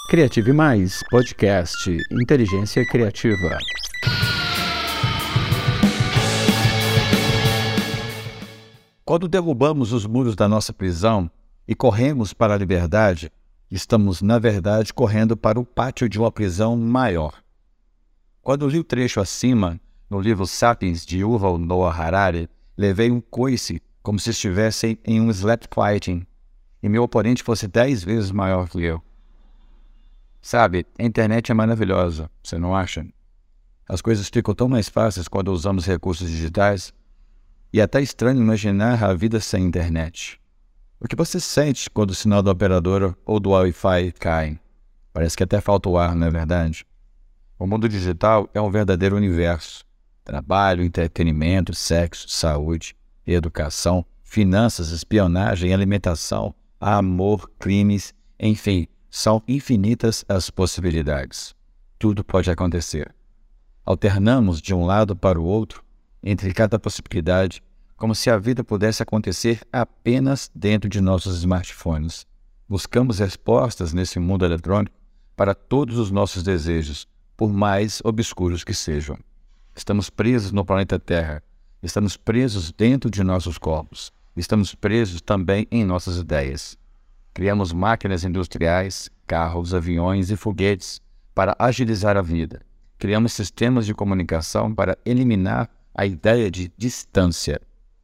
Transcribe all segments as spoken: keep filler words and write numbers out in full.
Criative Mais, podcast Inteligência Criativa. Quando derrubamos os muros da nossa prisão e corremos para a liberdade, estamos, na verdade, correndo para o pátio de uma prisão maior. Quando li o trecho acima, no livro Sapiens, de Yuval Noah Harari, levei um coice como se estivesse em um slap fighting e meu oponente fosse dez vezes maior que eu. Sabe, a internet é maravilhosa, você não acha? As coisas ficam tão mais fáceis quando usamos recursos digitais e é até estranho imaginar a vida sem internet. O que você sente quando o sinal da operadora ou do Wi-Fi cai? Parece que até falta o ar, não é verdade? O mundo digital é um verdadeiro universo. Trabalho, entretenimento, sexo, saúde, educação, finanças, espionagem, alimentação, amor, crimes, enfim, são infinitas as possibilidades. Tudo pode acontecer. Alternamos de um lado para o outro, entre cada possibilidade, como se a vida pudesse acontecer apenas dentro de nossos smartphones. Buscamos respostas nesse mundo eletrônico para todos os nossos desejos, por mais obscuros que sejam. Estamos presos no planeta Terra. Estamos presos dentro de nossos corpos. Estamos presos também em nossas ideias. Criamos máquinas industriais, carros, aviões e foguetes para agilizar a vida. Criamos sistemas de comunicação para eliminar a ideia de distância.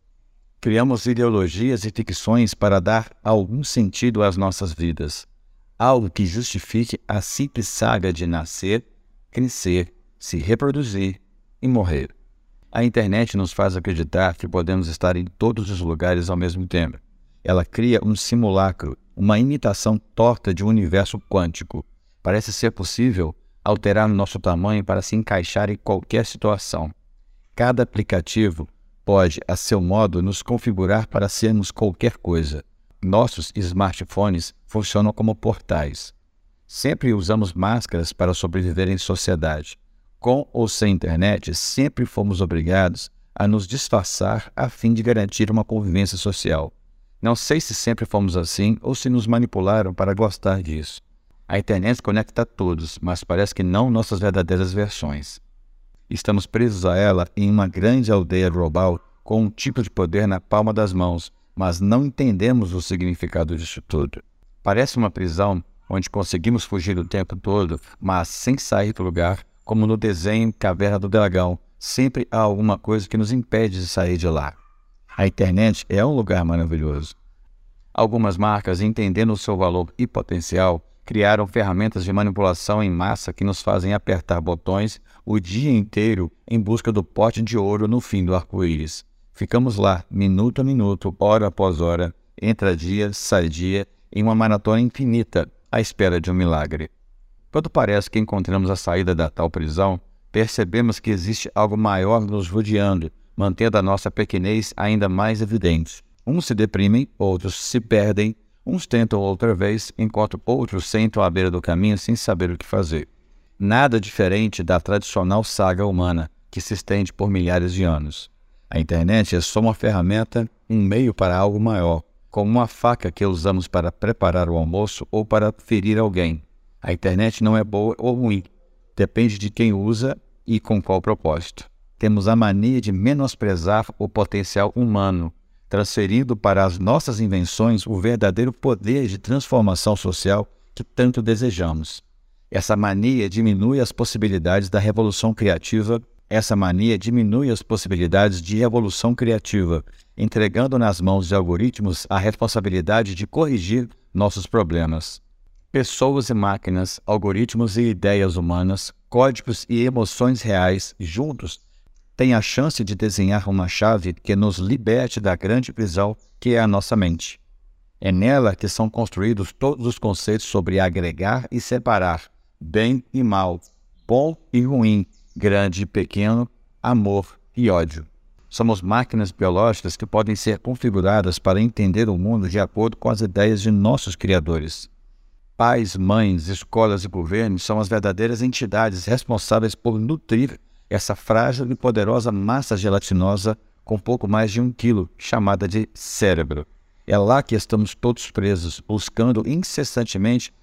Criamos ideologias e ficções para dar algum sentido às nossas vidas. Algo que justifique a simples saga de nascer, crescer, se reproduzir e morrer. A internet nos faz acreditar que podemos estar em todos os lugares ao mesmo tempo. Ela cria um simulacro, uma imitação torta de um universo quântico. Parece ser possível alterar nosso tamanho para se encaixar em qualquer situação. Cada aplicativo pode, a seu modo, nos configurar para sermos qualquer coisa. Nossos smartphones funcionam como portais. Sempre usamos máscaras para sobreviver em sociedade. Com ou sem internet, sempre fomos obrigados a nos disfarçar a fim de garantir uma convivência social. Não sei se sempre fomos assim ou se nos manipularam para gostar disso. A internet conecta a todos, mas parece que não nossas verdadeiras versões. Estamos presos a ela em uma grande aldeia global com um tipo de poder na palma das mãos, mas não entendemos o significado disso tudo. Parece uma prisão onde conseguimos fugir o tempo todo, mas sem sair do lugar, como no desenho Caverna do Dragão, sempre há alguma coisa que nos impede de sair de lá. A internet é um lugar maravilhoso. Algumas marcas, entendendo o seu valor e potencial, criaram ferramentas de manipulação em massa que nos fazem apertar botões o dia inteiro em busca do pote de ouro no fim do arco-íris. Ficamos lá, minuto a minuto, hora após hora, entra dia, sai dia, em uma maratona infinita, à espera de um milagre. Quando parece que encontramos a saída da tal prisão, percebemos que existe algo maior nos rodeando, mantendo a nossa pequenez ainda mais evidente. Uns se deprimem, outros se perdem, uns tentam outra vez, enquanto outros sentam à beira do caminho sem saber o que fazer. Nada diferente da tradicional saga humana, que se estende por milhares de anos. A internet é só uma ferramenta, um meio para algo maior, como uma faca que usamos para preparar o almoço ou para ferir alguém. A internet não é boa ou ruim, depende de quem usa e com qual propósito. Temos a mania de menosprezar o potencial humano, transferindo para as nossas invenções o verdadeiro poder de transformação social que tanto desejamos. Essa mania diminui as possibilidades da revolução criativa, essa mania diminui as possibilidades de revolução criativa, entregando nas mãos de algoritmos a responsabilidade de corrigir nossos problemas. Pessoas e máquinas, algoritmos e ideias humanas, códigos e emoções reais, juntos, têm a chance de desenhar uma chave que nos liberte da grande prisão que é a nossa mente. É nela que são construídos todos os conceitos sobre agregar e separar, bem e mal, bom e ruim, grande e pequeno, amor e ódio. Somos máquinas biológicas que podem ser configuradas para entender o mundo de acordo com as ideias de nossos criadores. Pais, mães, escolas e governos são as verdadeiras entidades responsáveis por nutrir essa frágil e poderosa massa gelatinosa com pouco mais de um quilo, chamada de cérebro. É lá que estamos todos presos, buscando incessantemente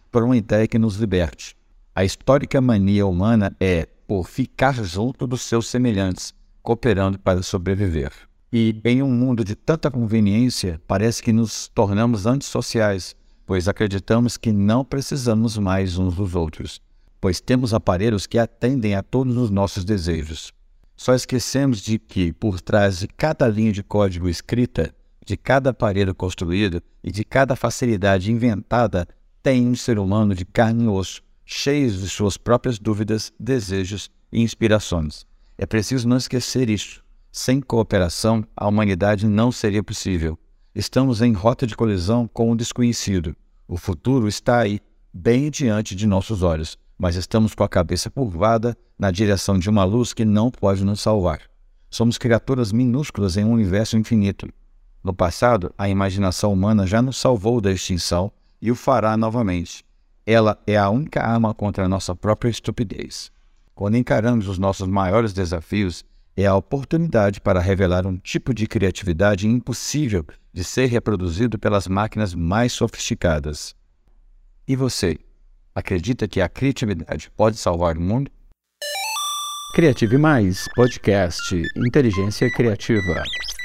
por uma ideia que nos liberte. A histórica mania humana é por ficar junto dos seus semelhantes, cooperando para sobreviver. E em um mundo de tanta conveniência, parece que nos tornamos antissociais, pois acreditamos que não precisamos mais uns dos outros, pois temos aparelhos que atendem a todos os nossos desejos. Só esquecemos de que, por trás de cada linha de código escrita, de cada aparelho construído e de cada facilidade inventada, tem um ser humano de carne e osso, cheio de suas próprias dúvidas, desejos e inspirações. É preciso não esquecer isso. Sem cooperação, a humanidade não seria possível. Estamos em rota de colisão com o desconhecido. O futuro está aí, bem diante de nossos olhos, mas estamos com a cabeça curvada na direção de uma luz que não pode nos salvar. Somos criaturas minúsculas em um universo infinito. No passado, a imaginação humana já nos salvou da extinção e o fará novamente. Ela é a única arma contra a nossa própria estupidez. Quando encaramos os nossos maiores desafios, é a oportunidade para revelar um tipo de criatividade impossível de ser reproduzido pelas máquinas mais sofisticadas. E você, acredita que a criatividade pode salvar o mundo? Criative Mais, podcast Inteligência Criativa.